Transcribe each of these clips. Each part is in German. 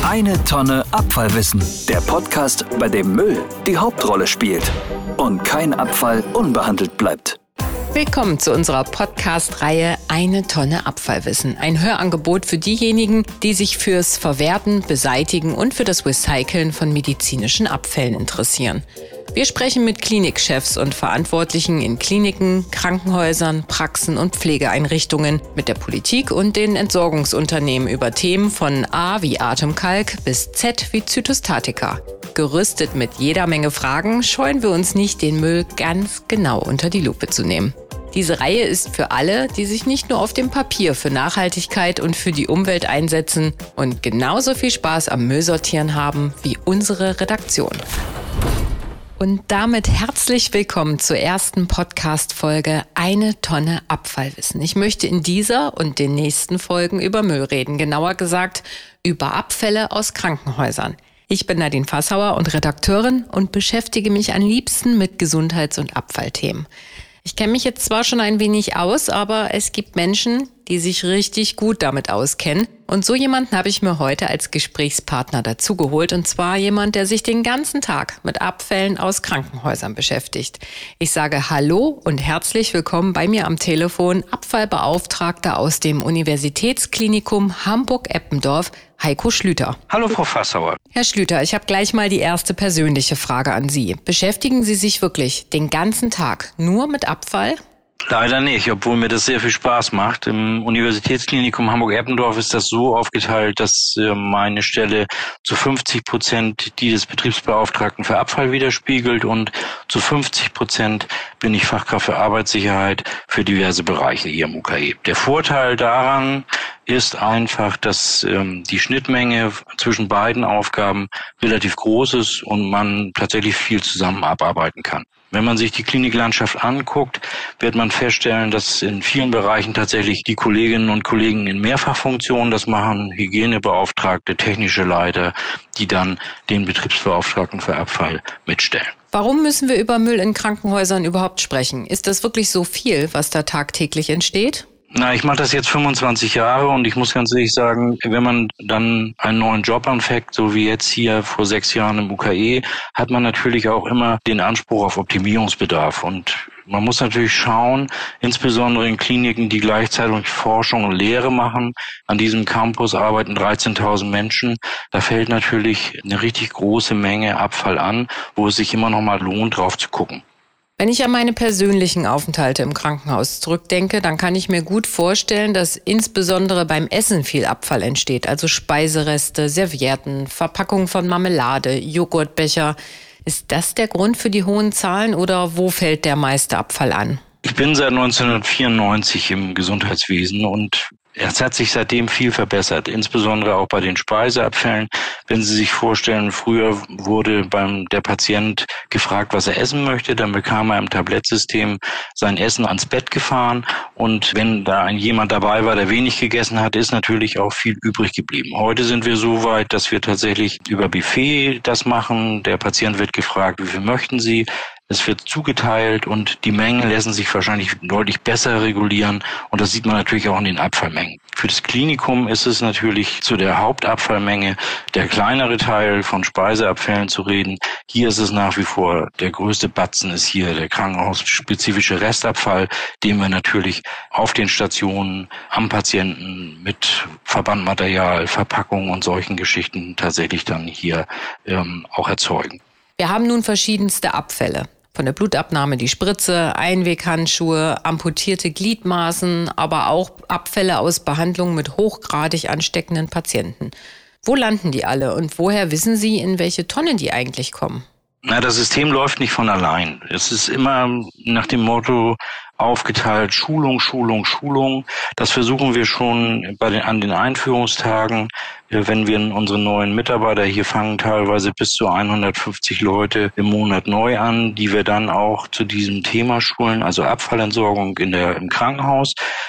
Eine Tonne Abfallwissen. Der Podcast, bei dem Müll die Hauptrolle spielt und kein Abfall unbehandelt bleibt. Willkommen zu unserer Podcast-Reihe Eine Tonne Abfallwissen. Ein Hörangebot für diejenigen, die sich fürs Verwerten, Beseitigen und für das Recyceln von medizinischen Abfällen interessieren. Wir sprechen mit Klinikchefs und Verantwortlichen in Kliniken, Krankenhäusern, Praxen und Pflegeeinrichtungen, mit der Politik und den Entsorgungsunternehmen über Themen von A wie Atemkalk bis Z wie Zytostatika. Gerüstet mit jeder Menge Fragen scheuen wir uns nicht, den Müll ganz genau unter die Lupe zu nehmen. Diese Reihe ist für alle, die sich nicht nur auf dem Papier für Nachhaltigkeit und für die Umwelt einsetzen und genauso viel Spaß am Müllsortieren haben wie unsere Redaktion. Und damit herzlich willkommen zur ersten Podcast-Folge Eine Tonne Abfallwissen. Ich möchte in dieser und den nächsten Folgen über Müll reden, genauer gesagt über Abfälle aus Krankenhäusern. Ich bin Nadine Fassauer und Redakteurin und beschäftige mich am liebsten mit Gesundheits- und Abfallthemen. Ich kenne mich jetzt zwar schon ein wenig aus, aber es gibt Menschen, die sich richtig gut damit auskennen. Und so jemanden habe ich mir heute als Gesprächspartner dazugeholt. Und zwar jemand, der sich den ganzen Tag mit Abfällen aus Krankenhäusern beschäftigt. Ich sage Hallo und herzlich willkommen bei mir am Telefon Abfallbeauftragter aus dem Universitätsklinikum Hamburg-Eppendorf, Heiko Schlüter. Hallo Frau Fassauer. Herr Schlüter, ich habe gleich mal die erste persönliche Frage an Sie. Beschäftigen Sie sich wirklich den ganzen Tag nur mit Abfall? Leider nicht, obwohl mir das sehr viel Spaß macht. Im Universitätsklinikum Hamburg-Eppendorf ist das so aufgeteilt, dass meine Stelle zu 50% die des Betriebsbeauftragten für Abfall widerspiegelt und zu 50% bin ich Fachkraft für Arbeitssicherheit für diverse Bereiche hier im UKE. Der Vorteil daran ist einfach, dass die Schnittmenge zwischen beiden Aufgaben relativ groß ist und man tatsächlich viel zusammen abarbeiten kann. Wenn man sich die Kliniklandschaft anguckt, wird man feststellen, dass in vielen Bereichen tatsächlich die Kolleginnen und Kollegen in Mehrfachfunktionen das machen, Hygienebeauftragte, technische Leiter, die dann den Betriebsbeauftragten für Abfall mitstellen. Warum müssen wir über Müll in Krankenhäusern überhaupt sprechen? Ist das wirklich so viel, was da tagtäglich entsteht? Na, ich mache das jetzt 25 Jahre und ich muss ganz ehrlich sagen, wenn man dann einen neuen Job anfängt, so wie jetzt hier vor 6 Jahren im UKE, hat man natürlich auch immer den Anspruch auf Optimierungsbedarf. Und man muss natürlich schauen, insbesondere in Kliniken, die gleichzeitig Forschung und Lehre machen. An diesem Campus arbeiten 13.000 Menschen. Da fällt natürlich eine richtig große Menge Abfall an, wo es sich immer noch mal lohnt, drauf zu gucken. Wenn ich an meine persönlichen Aufenthalte im Krankenhaus zurückdenke, dann kann ich mir gut vorstellen, dass insbesondere beim Essen viel Abfall entsteht. Also Speisereste, Servietten, Verpackungen von Marmelade, Joghurtbecher. Ist das der Grund für die hohen Zahlen oder wo fällt der meiste Abfall an? Ich bin seit 1994 im Gesundheitswesen und es hat sich seitdem viel verbessert, insbesondere auch bei den Speiseabfällen. Wenn Sie sich vorstellen, früher wurde der Patient gefragt, was er essen möchte, dann bekam er im Tablettsystem sein Essen ans Bett gefahren und wenn da jemand dabei war, der wenig gegessen hat, ist natürlich auch viel übrig geblieben. Heute sind wir so weit, dass wir tatsächlich über Buffet das machen. Der Patient wird gefragt, wie viel möchten Sie? Es wird zugeteilt und die Mengen lassen sich wahrscheinlich deutlich besser regulieren und das sieht man natürlich auch in den Abfallmengen. Für das Klinikum ist es natürlich zu der Hauptabfallmenge der kleinere Teil von Speiseabfällen zu reden. Hier ist es nach wie vor, der größte Batzen ist hier der krankenhausspezifische Restabfall, den wir natürlich auf den Stationen am Patienten mit Verbandmaterial, Verpackungen und solchen Geschichten tatsächlich dann hier auch erzeugen. Wir haben nun verschiedenste Abfälle. Von der Blutabnahme die Spritze, Einweghandschuhe, amputierte Gliedmaßen, aber auch Abfälle aus Behandlungen mit hochgradig ansteckenden Patienten. Wo landen die alle und woher wissen Sie, in welche Tonne die eigentlich kommen? Na, das System läuft nicht von allein. Es ist immer nach dem Motto aufgeteilt, Schulung, Schulung, Schulung. Das versuchen wir schon an den Einführungstagen. Wenn wir unsere neuen Mitarbeiter hier fangen, teilweise bis zu 150 Leute im Monat neu an, die wir dann auch zu diesem Thema schulen, also Abfallentsorgung im Krankenhaus.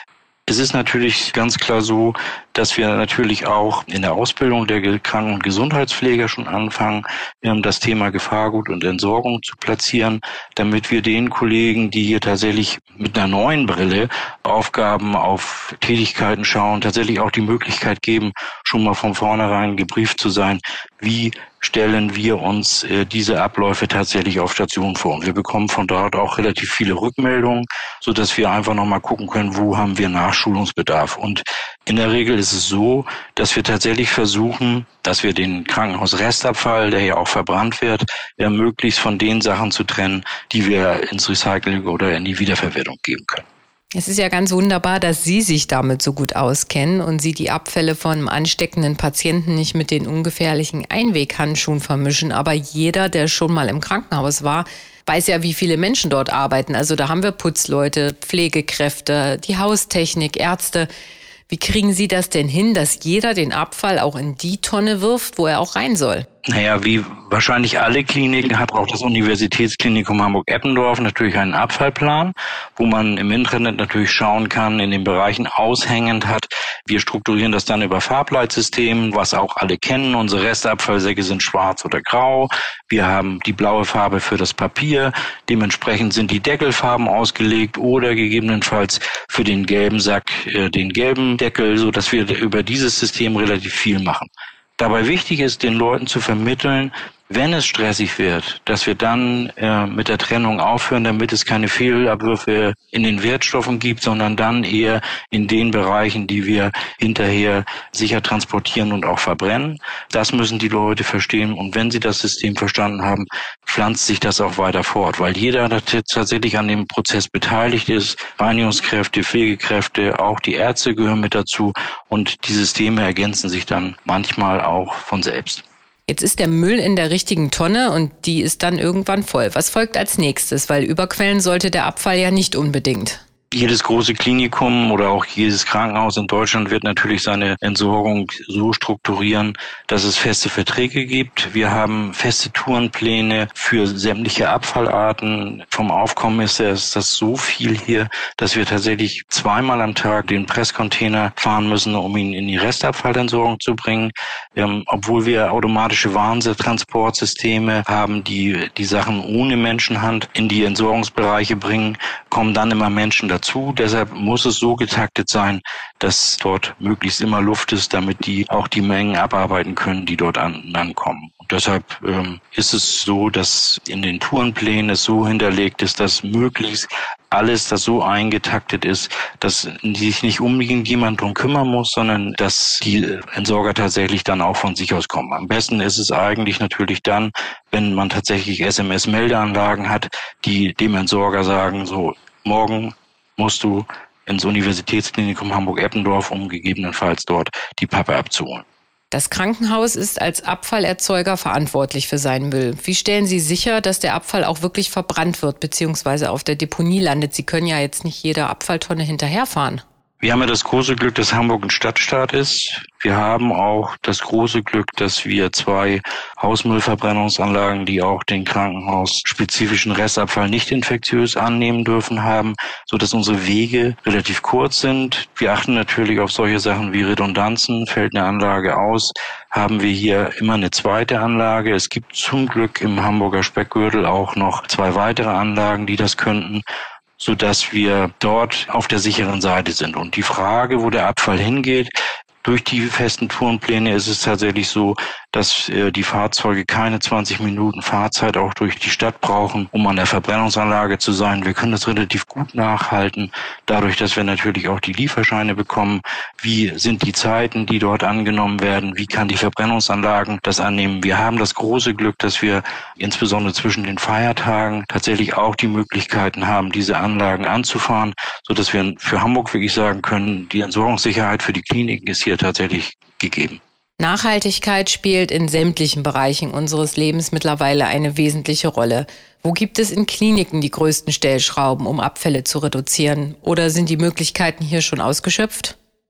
Es ist natürlich ganz klar so, dass wir natürlich auch in der Ausbildung der Kranken- und Gesundheitspfleger schon anfangen, das Thema Gefahrgut und Entsorgung zu platzieren, damit wir den Kollegen, die hier tatsächlich mit einer neuen Brille Aufgaben auf Tätigkeiten schauen, tatsächlich auch die Möglichkeit geben, schon mal von vornherein gebrieft zu sein, wie stellen wir uns diese Abläufe tatsächlich auf Station vor. Und wir bekommen von dort auch relativ viele Rückmeldungen, sodass wir einfach nochmal gucken können, wo haben wir Nachschulungsbedarf. Und in der Regel ist es so, dass wir tatsächlich versuchen, dass wir den Krankenhausrestabfall, der ja auch verbrannt wird, möglichst von den Sachen zu trennen, die wir ins Recycling oder in die Wiederverwertung geben können. Es ist ja ganz wunderbar, dass Sie sich damit so gut auskennen und Sie die Abfälle von ansteckenden Patienten nicht mit den ungefährlichen Einweghandschuhen vermischen. Aber jeder, der schon mal im Krankenhaus war, weiß ja, wie viele Menschen dort arbeiten. Also da haben wir Putzleute, Pflegekräfte, die Haustechnik, Ärzte. Wie kriegen Sie das denn hin, dass jeder den Abfall auch in die Tonne wirft, wo er auch rein soll? Naja, wie wahrscheinlich alle Kliniken hat auch das Universitätsklinikum Hamburg-Eppendorf natürlich einen Abfallplan, wo man im Internet natürlich schauen kann, in den Bereichen aushängend hat. Wir strukturieren das dann über Farbleitsystemen, was auch alle kennen. Unsere Restabfallsäcke sind schwarz oder grau. Wir haben die blaue Farbe für das Papier. Dementsprechend sind die Deckelfarben ausgelegt oder gegebenenfalls für den gelben Sack den gelben Deckel, so dass wir über dieses System relativ viel machen. Dabei wichtig ist, den Leuten zu vermitteln, wenn es stressig wird, dass wir dann mit der Trennung aufhören, damit es keine Fehlabwürfe in den Wertstoffen gibt, sondern dann eher in den Bereichen, die wir hinterher sicher transportieren und auch verbrennen. Das müssen die Leute verstehen. Und wenn sie das System verstanden haben, pflanzt sich das auch weiter fort, weil jeder tatsächlich an dem Prozess beteiligt ist. Reinigungskräfte, Pflegekräfte, auch die Ärzte gehören mit dazu. Und die Systeme ergänzen sich dann manchmal auch von selbst. Jetzt ist der Müll in der richtigen Tonne und die ist dann irgendwann voll. Was folgt als nächstes? Weil überquellen sollte der Abfall ja nicht unbedingt. Jedes große Klinikum oder auch jedes Krankenhaus in Deutschland wird natürlich seine Entsorgung so strukturieren, dass es feste Verträge gibt. Wir haben feste Tourenpläne für sämtliche Abfallarten. Vom Aufkommen ist das so viel hier, dass wir tatsächlich 2-mal am Tag den Presscontainer fahren müssen, um ihn in die Restabfallentsorgung zu bringen. Obwohl wir automatische Warentransportsysteme haben, die Sachen ohne Menschenhand in die Entsorgungsbereiche bringen, kommen dann immer Menschen dazu. Deshalb muss es so getaktet sein, dass dort möglichst immer Luft ist, damit die auch die Mengen abarbeiten können, die dort ankommen. Und deshalb ist es so, dass in den Tourenplänen es so hinterlegt ist, dass möglichst alles, das so eingetaktet ist, dass sich nicht unbedingt jemand drum kümmern muss, sondern dass die Entsorger tatsächlich dann auch von sich aus kommen. Am besten ist es eigentlich natürlich dann, wenn man tatsächlich SMS-Meldeanlagen hat, die dem Entsorger sagen, so, morgen musst du ins Universitätsklinikum Hamburg-Eppendorf, um gegebenenfalls dort die Pappe abzuholen. Das Krankenhaus ist als Abfallerzeuger verantwortlich für seinen Müll. Wie stellen Sie sicher, dass der Abfall auch wirklich verbrannt wird bzw. auf der Deponie landet? Sie können ja jetzt nicht jeder Abfalltonne hinterherfahren. Wir haben ja das große Glück, dass Hamburg ein Stadtstaat ist. Wir haben auch das große Glück, dass wir 2 Hausmüllverbrennungsanlagen, die auch den krankenhausspezifischen Restabfall nicht infektiös annehmen dürfen, haben, so dass unsere Wege relativ kurz sind. Wir achten natürlich auf solche Sachen wie Redundanzen. Fällt eine Anlage aus, haben wir hier immer eine zweite Anlage. Es gibt zum Glück im Hamburger Speckgürtel auch noch 2 weitere Anlagen, die das könnten, sodass wir dort auf der sicheren Seite sind. Und die Frage, wo der Abfall hingeht, durch die festen Tourenpläne ist es tatsächlich so, dass die Fahrzeuge keine 20 Minuten Fahrzeit auch durch die Stadt brauchen, um an der Verbrennungsanlage zu sein. Wir können das relativ gut nachhalten, dadurch, dass wir natürlich auch die Lieferscheine bekommen. Wie sind die Zeiten, die dort angenommen werden? Wie kann die Verbrennungsanlagen das annehmen? Wir haben das große Glück, dass wir insbesondere zwischen den Feiertagen tatsächlich auch die Möglichkeiten haben, diese Anlagen anzufahren, sodass wir für Hamburg wirklich sagen können, die Entsorgungssicherheit für die Kliniken ist hier tatsächlich gegeben. Nachhaltigkeit spielt in sämtlichen Bereichen unseres Lebens mittlerweile eine wesentliche Rolle. Wo gibt es in Kliniken die größten Stellschrauben, um Abfälle zu reduzieren? Oder sind die Möglichkeiten hier schon ausgeschöpft?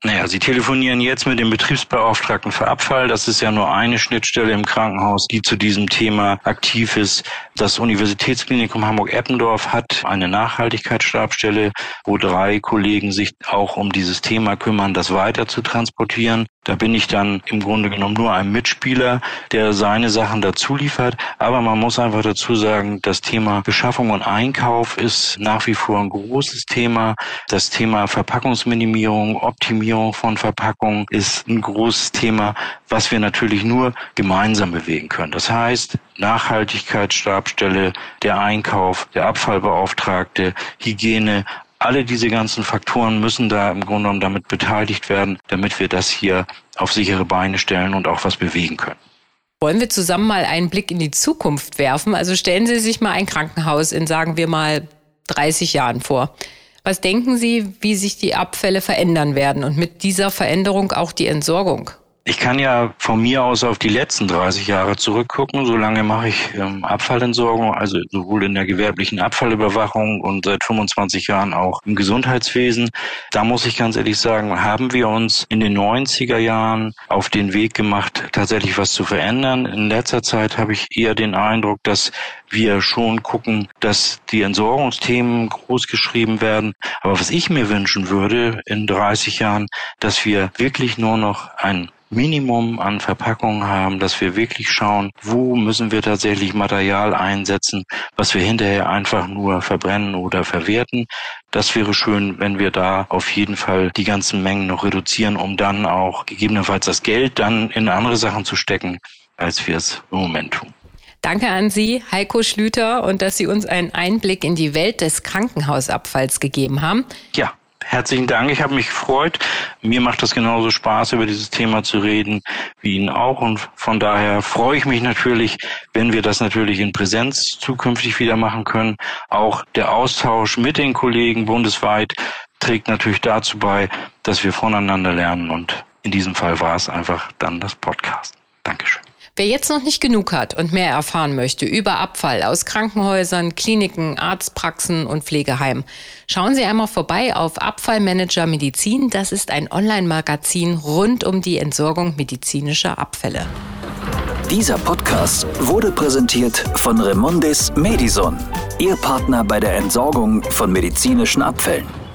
Naja, Sie telefonieren jetzt mit dem Betriebsbeauftragten für Abfall. Das ist ja nur eine Schnittstelle im Krankenhaus, die zu diesem Thema aktiv ist. Das Universitätsklinikum Hamburg-Eppendorf hat eine Nachhaltigkeitsstabsstelle, wo 3 Kollegen sich auch um dieses Thema kümmern, das weiter zu transportieren. Da bin ich dann im Grunde genommen nur ein Mitspieler, der seine Sachen dazu liefert. Aber man muss einfach dazu sagen, das Thema Beschaffung und Einkauf ist nach wie vor ein großes Thema. Das Thema Verpackungsminimierung, Optimierung von Verpackungen ist ein großes Thema, was wir natürlich nur gemeinsam bewegen können. Das heißt, Nachhaltigkeitsstabsstelle, der Einkauf, der Abfallbeauftragte, Hygiene, alle diese ganzen Faktoren müssen da im Grunde genommen damit beteiligt werden, damit wir das hier auf sichere Beine stellen und auch was bewegen können. Wollen wir zusammen mal einen Blick in die Zukunft werfen? Also stellen Sie sich mal ein Krankenhaus in, sagen wir mal, 30 Jahren vor. Was denken Sie, wie sich die Abfälle verändern werden und mit dieser Veränderung auch die Entsorgung? Ich kann ja von mir aus auf die letzten 30 Jahre zurückgucken. So lange mache ich Abfallentsorgung, also sowohl in der gewerblichen Abfallüberwachung und seit 25 Jahren auch im Gesundheitswesen. Da muss ich ganz ehrlich sagen, haben wir uns in den 90er Jahren auf den Weg gemacht, tatsächlich was zu verändern. In letzter Zeit habe ich eher den Eindruck, dass wir schon gucken, dass die Entsorgungsthemen groß geschrieben werden. Aber was ich mir wünschen würde in 30 Jahren, dass wir wirklich nur noch ein Minimum an Verpackungen haben, dass wir wirklich schauen, wo müssen wir tatsächlich Material einsetzen, was wir hinterher einfach nur verbrennen oder verwerten. Das wäre schön, wenn wir da auf jeden Fall die ganzen Mengen noch reduzieren, um dann auch gegebenenfalls das Geld dann in andere Sachen zu stecken, als wir es im Moment tun. Danke an Sie, Heiko Schlüter, und dass Sie uns einen Einblick in die Welt des Krankenhausabfalls gegeben haben. Ja. Herzlichen Dank, ich habe mich gefreut. Mir macht das genauso Spaß, über dieses Thema zu reden, wie Ihnen auch. Und von daher freue ich mich natürlich, wenn wir das natürlich in Präsenz zukünftig wieder machen können. Auch der Austausch mit den Kollegen bundesweit trägt natürlich dazu bei, dass wir voneinander lernen. Und in diesem Fall war es einfach dann das Podcast. Dankeschön. Wer jetzt noch nicht genug hat und mehr erfahren möchte über Abfall aus Krankenhäusern, Kliniken, Arztpraxen und Pflegeheimen, schauen Sie einmal vorbei auf Abfallmanager Medizin. Das ist ein Online-Magazin rund um die Entsorgung medizinischer Abfälle. Dieser Podcast wurde präsentiert von Remondis Medison, Ihr Partner bei der Entsorgung von medizinischen Abfällen.